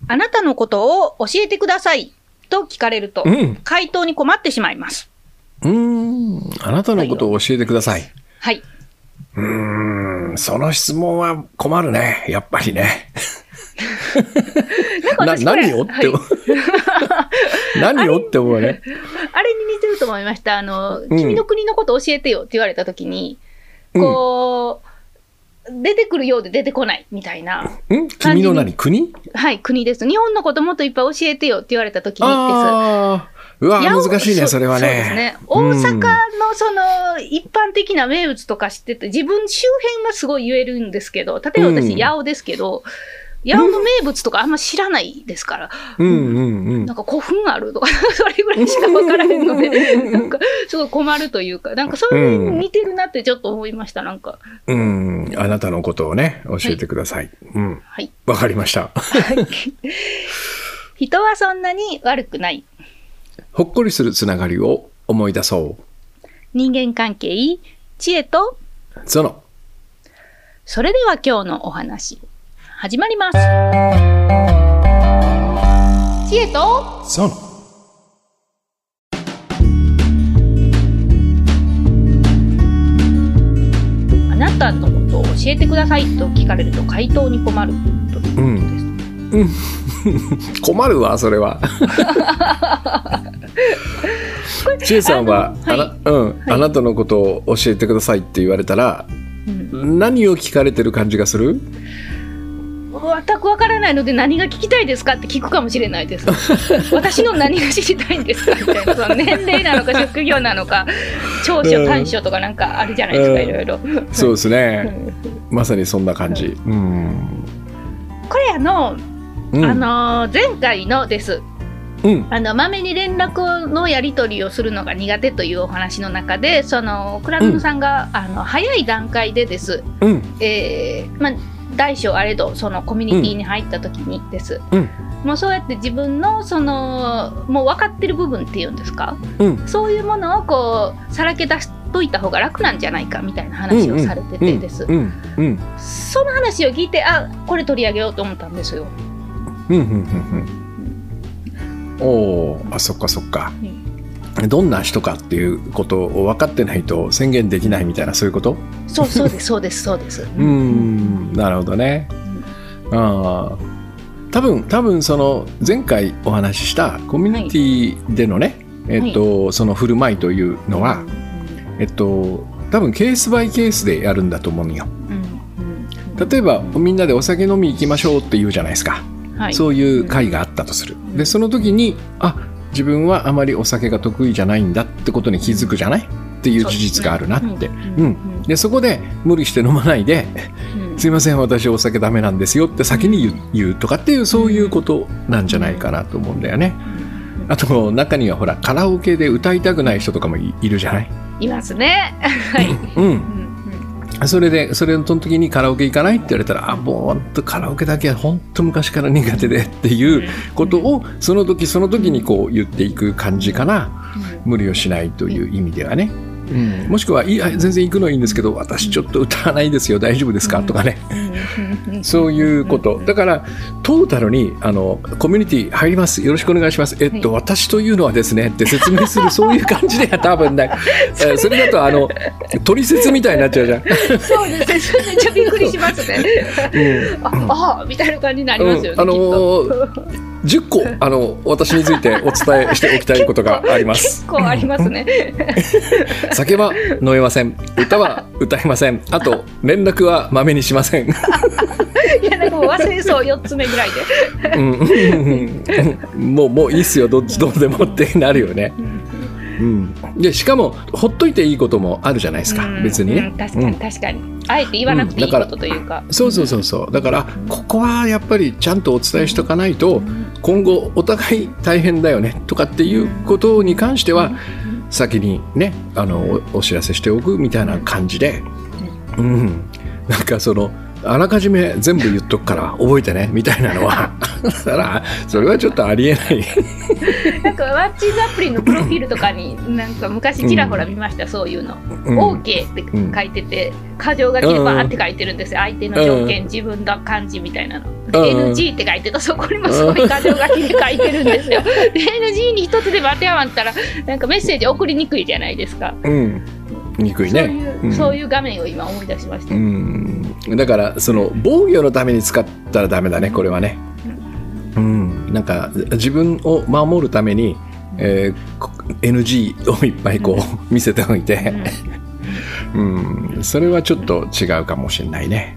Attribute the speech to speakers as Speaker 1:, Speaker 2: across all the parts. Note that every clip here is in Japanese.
Speaker 1: あなたのことを教えてくださいと聞かれると、回答に困ってしまいます。
Speaker 2: あなたのことを教えてください。
Speaker 1: はい。
Speaker 2: その質問は困るね。やっぱりね。何をって、何をって思うね。
Speaker 1: あれに似てると思いました。君の国のこと教えてよって言われたときに、こう、出てくるようで出てこないみたいな。
Speaker 2: 君の何？国？
Speaker 1: はい、国です。日本のこともっといっぱい教えてよって言われたときにです。
Speaker 2: うわ、難しいね、それはね。
Speaker 1: そうですね。大阪のその一般的な名物とか知ってて、自分周辺はすごい言えるんですけど、例えば私、八尾ですけど、八尾の名物とかあんま知らないですから、なんか古墳あるとか、それぐらいしか分からへんので、なんかすごい困るというか、なんかそういうのに似てるなってちょっと思いました、なんか。
Speaker 2: あなたのことをね、教えてください。はい。わかりました。
Speaker 1: 人はそんなに悪くない。
Speaker 2: ほっこりするつながりを思い出そう。
Speaker 1: 人間関係、知恵と
Speaker 2: ゾノ。
Speaker 1: それでは今日のお話、始まります。知恵と
Speaker 2: ゾノ。
Speaker 1: あなたのことを教えてくださいと聞かれると回答に困るということです。
Speaker 2: 困るわ、それは。千恵さんはあなたのことを教えてくださいって言われたら、何を聞かれてる感じがする？
Speaker 1: 全くわからないので、何が聞きたいですかって聞くかもしれないです。私の何が知りたいんですかみたいな。その年齢なのか職業なのか長所短所とかなんかあるじゃないですか、いろいろ。
Speaker 2: そうですね。まさにそんな感じ。
Speaker 1: これ前回のです。まめに連絡のやり取りをするのが苦手というお話の中で、そのクラグノさんが、早い段階でです、大小あれどそのコミュニティに入った時にです、もうそうやって自分のそのもう分かってる部分っていうんですか、そういうものをこうさらけ出しといた方が楽なんじゃないかみたいな話をされててです、その話を聞いて、これ取り上げようと思ったんですよ。
Speaker 2: そっかそっか。どんな人かっていうことを分かってないと宣言できないみたいな、そういうこと？
Speaker 1: そうですそうですそうです。
Speaker 2: なるほどね。多分その前回お話ししたコミュニティでのね、その振る舞いというのは、多分ケースバイケースでやるんだと思うよ。例えばみんなでお酒飲み行きましょうって言うじゃないですか。そういう会があったとする。でその時に自分はあまりお酒が得意じゃないんだってことに気づくじゃないっていう事実があるなって。でそこで無理して飲まないで、すいません私お酒ダメなんですよって先に言うとかっていう、そういうことなんじゃないかなと思うんだよね。あと中にはほらカラオケで歌いたくない人とかも いるじゃない？
Speaker 1: いますね。
Speaker 2: その時にカラオケ行かないって言われたら、もう本当カラオケだけは本当昔から苦手でっていうことをその時にこう言っていく感じかな。無理をしないという意味ではね。もしくは全然行くのはいいんですけど、私ちょっと歌わないですよ大丈夫ですかとかね。そういうことだから、トータルにコミュニティ入りますよろしくお願いします、私というのはですねって説明するそういう感じでは多分ない。それだと取説みたいになっちゃうじゃん。
Speaker 1: そうですね、めっちゃびっくりしますね。みたいな感じになりますよね。10個私についてお伝えしておきたいことがあります。 結構ありますね。
Speaker 2: 酒は飲めません、歌は歌えません、あと連絡はまめにしません。
Speaker 1: いやなんかもう忘れそう、4つ目ぐらいで。
Speaker 2: もういいっすよどうでもってなるよね。でしかもほっといていいこともあるじゃないですか、別にね。
Speaker 1: 確かに、あえて言わなくていいことというか、
Speaker 2: そうだからここはやっぱりちゃんとお伝えしとかないと、今後お互い大変だよねとかっていうことに関しては先にねお知らせしておくみたいな感じで、なんかそのあらかじめ全部言っとくから覚えてねみたいなのはだからそれはちょっとありえない
Speaker 1: なんかマッチングアプリのプロフィールとかになんか昔ちらほら見ました、そういうの、OK って書いてて箇条書きでバーって書いてるんですよ、相手の条件、自分の感じみたいなの、NG って書いてた、そこにもすごい箇条書きで書いてるんですよ。で NG に一つでも当てはまったらなんかメッセージ送りにくいじゃないですか。
Speaker 2: にくいね。
Speaker 1: そういう画面を今思い出しました。
Speaker 2: だからその防御のために使ったらダメだね、これはね。なんか自分を守るために、NG をいっぱいこう見せておいて、それはちょっと違うかもしれないね。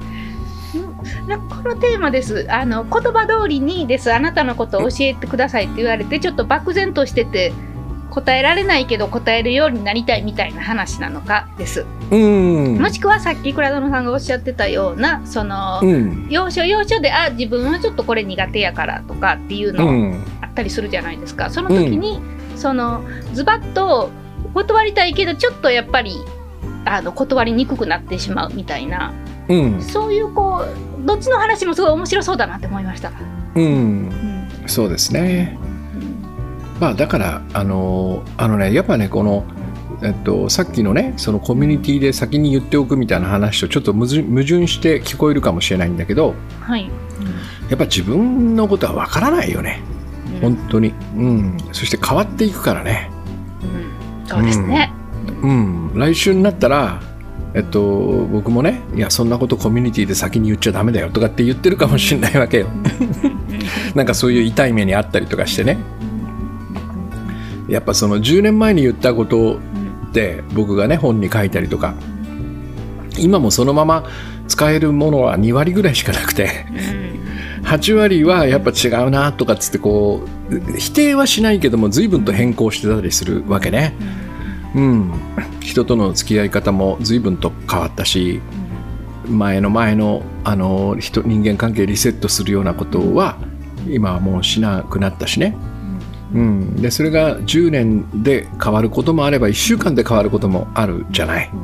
Speaker 1: このテーマです。言葉通りにです。あなたのことを教えてくださいって言われてちょっと漠然としてて答えられないけど答えるようになりたいみたいな話なのかです。もしくはさっき倉園さんがおっしゃってたようなその、要所要所で自分はちょっとこれ苦手やからとかっていうのあったりするじゃないですか。その時に、そのズバッと断りたいけどちょっとやっぱり断りにくくなってしまうみたいな、そういうこうどっちの話もすごい面白そうだなって思いました。
Speaker 2: そうですね。まあだからね、やっぱねこの、さっきのねそのコミュニティで先に言っておくみたいな話とちょっと矛盾して聞こえるかもしれないんだけど、やっぱ自分のことはわからないよね、本当に。そして変わっていくからね。
Speaker 1: そうですね。
Speaker 2: 来週になったら僕もね、いやそんなことコミュニティで先に言っちゃダメだよとかって言ってるかもしれないわけよ。なんかそういう痛い目にあったりとかしてね。やっぱその10年前に言ったことって僕がね本に書いたりとか今もそのまま使えるものは2割ぐらいしかなくて8割はやっぱ違うなとかっつってこう否定はしないけども随分と変更してたりするわけね。人との付き合い方も随分と変わったし前の人間関係リセットするようなことは今はもうしなくなったしね。でそれが10年で変わることもあれば1週間で変わることもあるじゃない。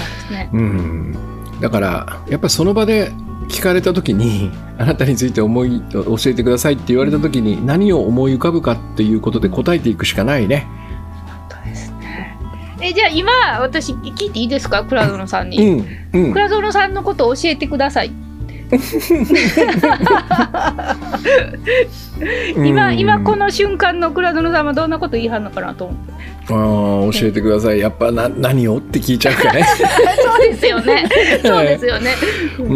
Speaker 2: だからやっぱりその場で聞かれた時にあなたについて教えてくださいって言われた時に何を思い浮かぶかっていうことで答えていくしかないね。
Speaker 1: 本当ですね。じゃあ今私聞いていいですか、倉園さんに。倉園さんのことを教えてください。今この瞬間の倉園さんはどんなこと言いはんのかなと思って。
Speaker 2: 教えてください。やっぱ何をって聞いちゃうかね。
Speaker 1: そうですよね。そうですよね。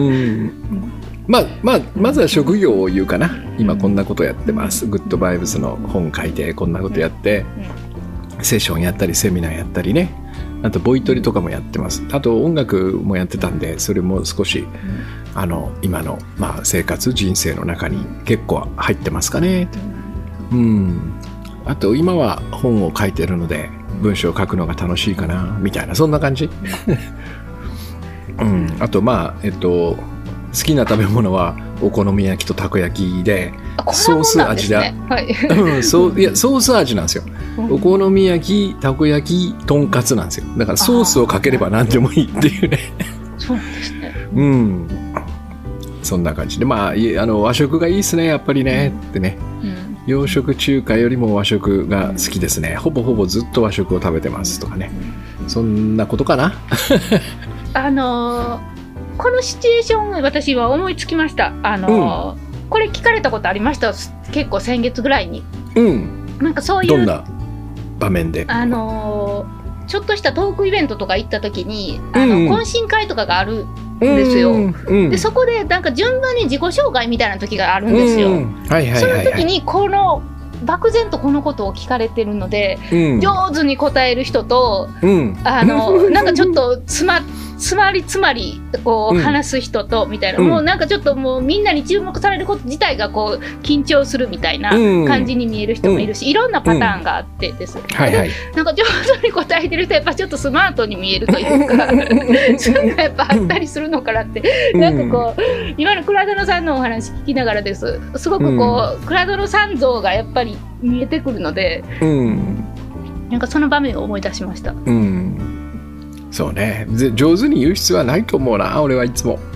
Speaker 2: まずは職業を言うかな。今こんなことやってます。グッドバイブスの本書いてこんなことやって、セッションやったりセミナーやったりね。あとボイトレとかもやってます。あと音楽もやってたんでそれも少し今の、生活人生の中に結構入ってますかね。あと今は本を書いてるので文章を書くのが楽しいかなみたいなそんな感じ。あと好きな食べ物はお好み焼きとたこ焼きでソース味だ。ソース味なんですよ。お好み焼き、たこ焼き、とんかつなんですよ。だからソースをかければ何でもいいっていうね。
Speaker 1: そうなんですね。
Speaker 2: そんな感じで和食がいいですねやっぱりねってね。洋食中華よりも和食が好きですね。ほぼほぼずっと和食を食べてますとかね。そんなことかな。
Speaker 1: このシチュエーション私は思いつきました。これ聞かれたことありました。結構先月ぐらいに。なんかそういう
Speaker 2: どんな場面で
Speaker 1: ちょっとしたトークイベントとか行った時に懇親会とかがあるんですよ。でそこでなんか順番に自己紹介みたいな時があるんですよ。その時に漠然とこのことを聞かれてるので、上手に答える人と、なんかちょっとつまりこう話す人とみたいな、もうなんかちょっともうみんなに注目されること自体がこう緊張するみたいな感じに見える人もいるし、いろんなパターンがあってですね、なんか上手に答えてる人はやっぱちょっとスマートに見えるというかそういうのがやっぱあったりするのかなって、なんかこう今の倉園さんのお話聞きながらですごくこう倉園さん像がやっぱり見えてくるので、なんかその場面を思い出しました。
Speaker 2: そうね、上手に言う必要はないと思うな俺はいつも。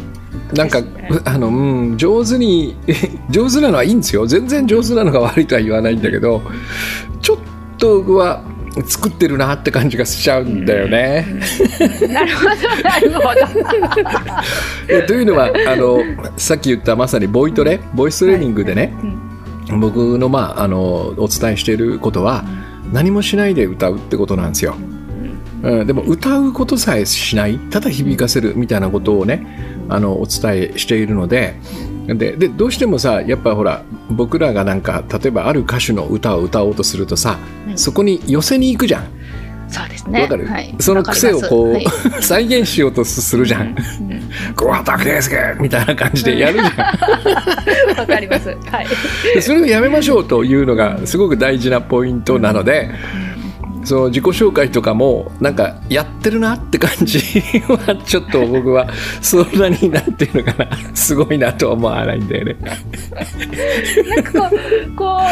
Speaker 2: なんか、上手なのはいいんですよ。全然上手なのが悪いとは言わないんだけど、ちょっとは作ってるなって感じがしちゃうんだよね。
Speaker 1: なるほどなるほど。
Speaker 2: というのはさっき言ったまさにボイストレーニングでね、僕のお伝えしていることは何もしないで歌うってことなんですよ。でも歌うことさえしない、ただ響かせるみたいなことをねお伝えしているので、どうしてもさ、やっぱほら僕らがなんか例えばある歌手の歌を歌おうとするとさ、そこに寄せに行くじゃん。
Speaker 1: そうですね。
Speaker 2: わかる、
Speaker 1: はい、
Speaker 2: その癖をこう、
Speaker 1: はい、
Speaker 2: 再現しようとするじゃん。ごはたくですみたいな感じでやるじゃん。
Speaker 1: わかります。はい。
Speaker 2: それをやめましょうというのがすごく大事なポイントなので、その自己紹介とかもなんかやってるなって感じはちょっと僕はそんなになんていうのかな、すごいなとは思わないんだよね。
Speaker 1: なんか2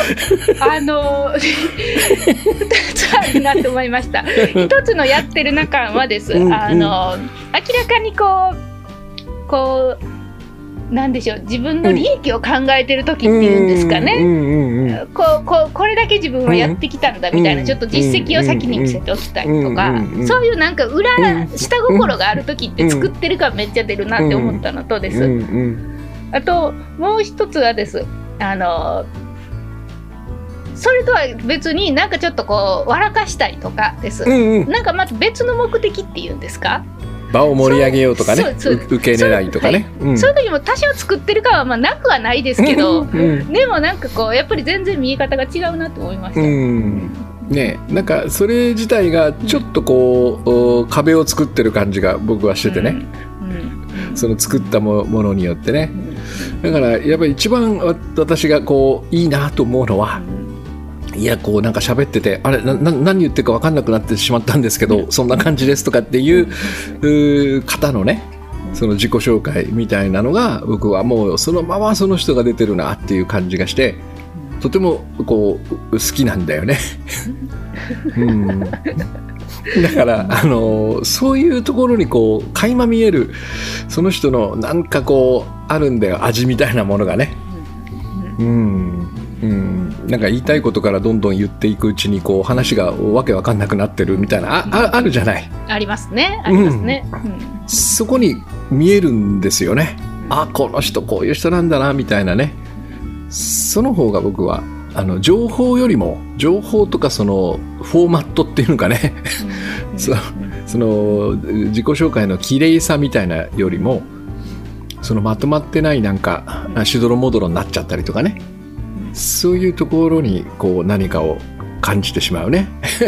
Speaker 1: つあるなと思いました。一つのやってる中はです、明らかにこうなんでしょう、自分の利益を考えてる時っていうんですかね、これだけ自分はやってきたんだみたいな、ちょっと実績を先に見せておきたいとか、そういうなんか下心がある時って作ってる感めっちゃ出るなって思ったのとです、あともう一つはです、それとは別になんかちょっとこう笑かしたりとかです、なんかまた別の目的っていうんですか、
Speaker 2: 場を盛り上げようとかね、受け狙いとかね、
Speaker 1: そういう時も多少作ってるかはなくはないですけど、でもなんかこうやっぱり全然見え方が違うなと思いました。
Speaker 2: ね、なんかそれ自体がちょっとこう、壁を作ってる感じが僕はしててね、その作ったものによってね、だからやっぱり一番私がこういいなと思うのは、いやこうなんか喋っててあれ何言ってるか分かんなくなってしまったんですけど、そんな感じですとかっていう方のね、その自己紹介みたいなのが僕はもうそのままその人が出てるなっていう感じがして、とてもこう好きなんだよね。だからそういうところにこう垣間見えるその人のなんかこうあるんだよ、味みたいなものがね。なんか言いたいことからどんどん言っていくうちにこう話がわけわかんなくなってるみたいな あるじゃない。
Speaker 1: ありますね、ありますね。
Speaker 2: そこに見えるんですよね。この人こういう人なんだなみたいなね。その方が僕は情報よりも、情報とかそのフォーマットっていうのかね、その自己紹介の綺麗さみたいなよりも、そのまとまってないなんかしどろもどろになっちゃったりとかね、そういうところにこう何かを感じてしまうね。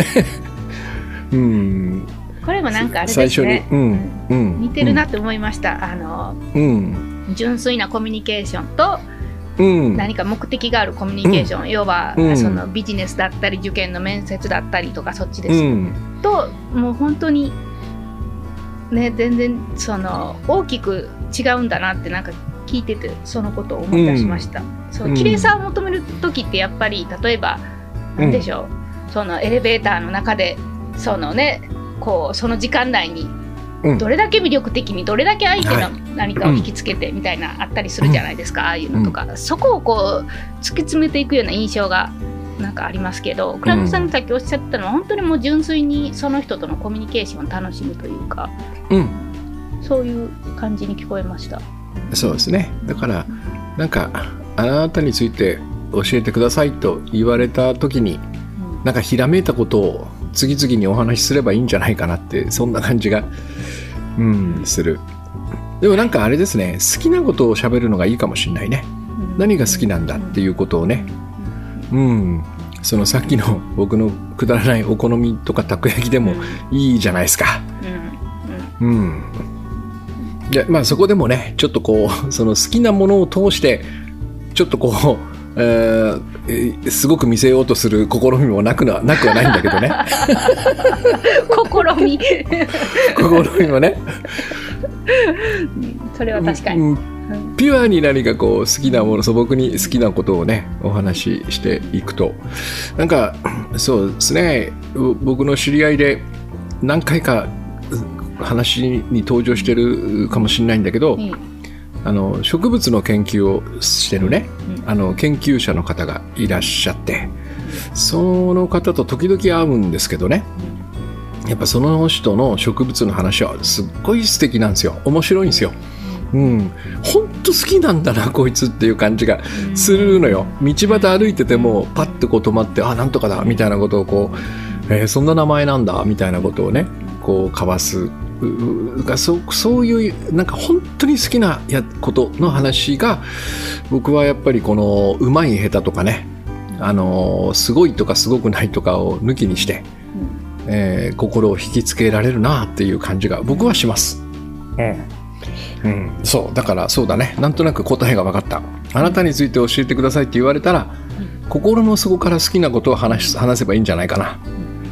Speaker 1: これもなんかあれですね、似てるなって思いました。純粋なコミュニケーションと何か目的があるコミュニケーション、要はそのビジネスだったり受験の面接だったりとかそっちです、ともう本当にね、全然その大きく違うんだなってなんか聞いててそのことを思い出しました。そう綺麗さを求める時ってやっぱり例えば何でしょう、そのエレベーターの中でそのねこうその時間内にどれだけ魅力的にどれだけ相手の何かを引きつけてみたいなあったりするじゃないですか、ああいうのとか、そこをこう突き詰めていくような印象がなんかありますけど、倉本さんがさっきおっしゃったのは本当にもう純粋にその人とのコミュニケーションを楽しむというか、そういう感じに聞こえました。
Speaker 2: そうですね。だからなんかあなたについて教えてくださいと言われた時に、なんかひらめいたことを次々にお話しすればいいんじゃないかなって、そんな感じがする。でもなんかあれですね、好きなことを喋るのがいいかもしれないね。何が好きなんだっていうことをね、そのさっきの僕のくだらないお好みとかたこ焼きでもいいじゃないですか。でまあそこでもね、ちょっとこうその好きなものを通してちょっとこう、すごく見せようとする試みもなくはないんだけどね。試みもね。
Speaker 1: それは確かに。
Speaker 2: ピュアに何かこう好きなもの、素朴に好きなことをねお話ししていくと、なんかそうですね、僕の知り合いで何回か話に登場してるかもしれないんだけど、 植物の研究をしてるね、研究者の方がいらっしゃって、その方と時々会うんですけどね、やっぱその人の植物の話はすっごい素敵なんですよ。面白いんですよ。本当好きなんだなこいつっていう感じがするのよ。道端歩いててもパッとこう止まって、なんとかだみたいなことをこう、そんな名前なんだみたいなことをねこう交わす。そういうなんか本当に好きなことの話が、僕はやっぱりこのうまい下手とかね、すごいとかすごくないとかを抜きにして、心を引きつけられるなっていう感じが僕はします。そうだからそうだね、なんとなく答えが分かった。あなたについて教えてくださいって言われたら、心の底から好きなことを話せばいいんじゃないかな。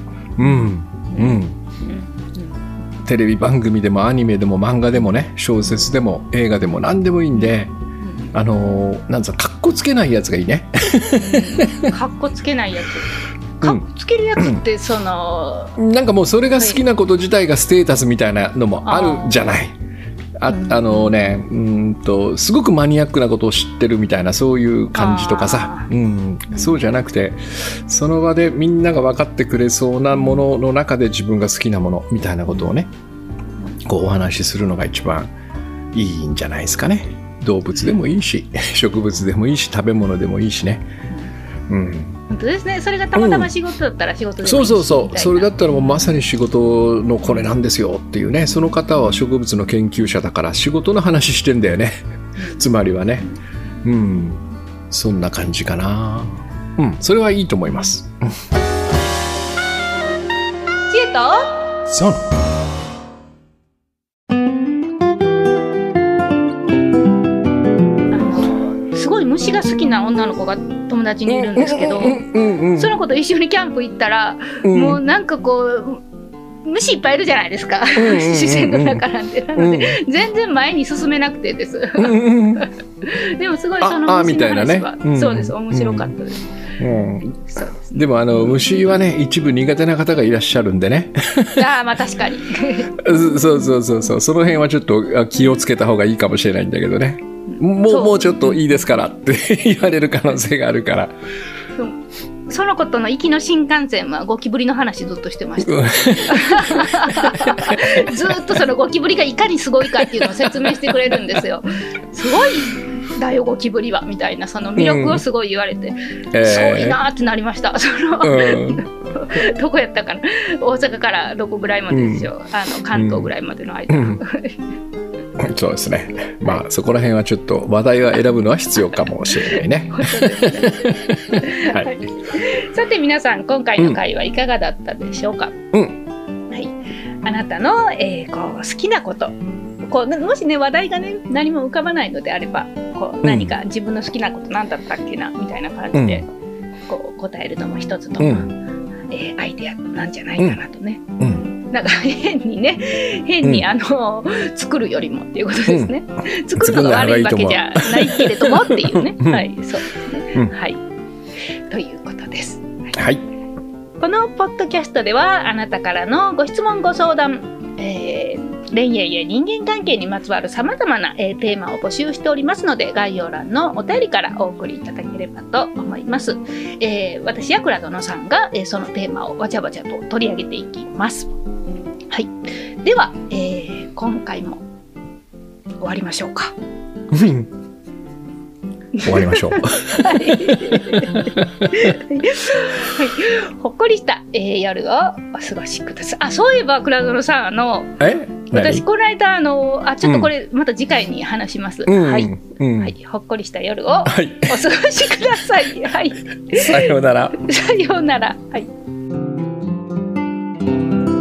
Speaker 2: テレビ番組でもアニメでも漫画でもね、小説でも映画でも何でもいいんで、なんかかっこつけないやつがいいね。
Speaker 1: かっこつけないやつ、かっこつけるやつって
Speaker 2: なんかもうそれが好きなこと自体がステータスみたいなのもあるじゃない。すごくマニアックなことを知ってるみたいな、そういう感じとかさ、そうじゃなくて、その場でみんなが分かってくれそうなものの中で自分が好きなものみたいなことをね、こうお話しするのが一番いいんじゃないですかね。動物でもいいし、植物でもいいし、食べ物でもいいしね。
Speaker 1: 本当ですね。それがたまたま仕事だったら仕事でもいいし、
Speaker 2: そうそれだったらもうまさに仕事のこれなんですよっていうね。その方は植物の研究者だから仕事の話してんだよね。つまりはね、そんな感じかな。それはいいと思います。
Speaker 1: 知恵と
Speaker 2: そう
Speaker 1: 虫が好きな女の子が友達にいるんですけど、その子と一緒にキャンプ行ったら、もうなんかこう虫いっぱいいるじゃないですか、視線の中なんて。なので全然前に進めなくてです。でもすごいその虫の話は、そうです、面白かったです。
Speaker 2: でも虫はね、一部苦手な方がいらっしゃるんでね。
Speaker 1: まあ確かに。
Speaker 2: そうその辺はちょっと気をつけた方がいいかもしれないんだけどね。もうちょっといいですからって言われる可能性があるから。
Speaker 1: その子との行きの新幹線はゴキブリの話ずっとしてました。ずっとそのゴキブリがいかにすごいかっていうのを説明してくれるんですよ。すごいだよゴキブリはみたいな、その魅力をすごい言われて、すごいなってなりました。どこやったかな、大阪からどこぐらいまででしょう、関東ぐらいまでの間。
Speaker 2: そうですね。まあそこら辺はちょっと話題は選ぶのは必要かもしれないね。
Speaker 1: さて皆さん、今回の回はいかがだったでしょうか。あなたの、こう好きなこと、こうもしね話題がね何も浮かばないのであれば、こう何か自分の好きなこと何だったっけなみたいな感じで、こう答えるのも一つの、アイデアなんじゃないかなとね。なんか変に作るよりもっていうことですね。作るのが悪いわけじゃないけれどもっていうね。はい、そうですね。はい。ということです。
Speaker 2: はい。
Speaker 1: このポッドキャストではあなたからのご質問ご相談、恋愛や人間関係にまつわるさまざまな、テーマを募集しておりますので、概要欄のお便りからお送りいただければと思います。私や倉園さんが、そのテーマをわちゃわちゃと取り上げていきます。はい、では、今回も終わりましょうか。
Speaker 2: 終わりましょう。
Speaker 1: ほっこりした、夜をお過ごしください。そういえば倉園さん、私この間ちょっとこれまた次回に話します。はい、ほっこりした夜をお過ごしください。はい、
Speaker 2: さようなら。
Speaker 1: さようなら。はい。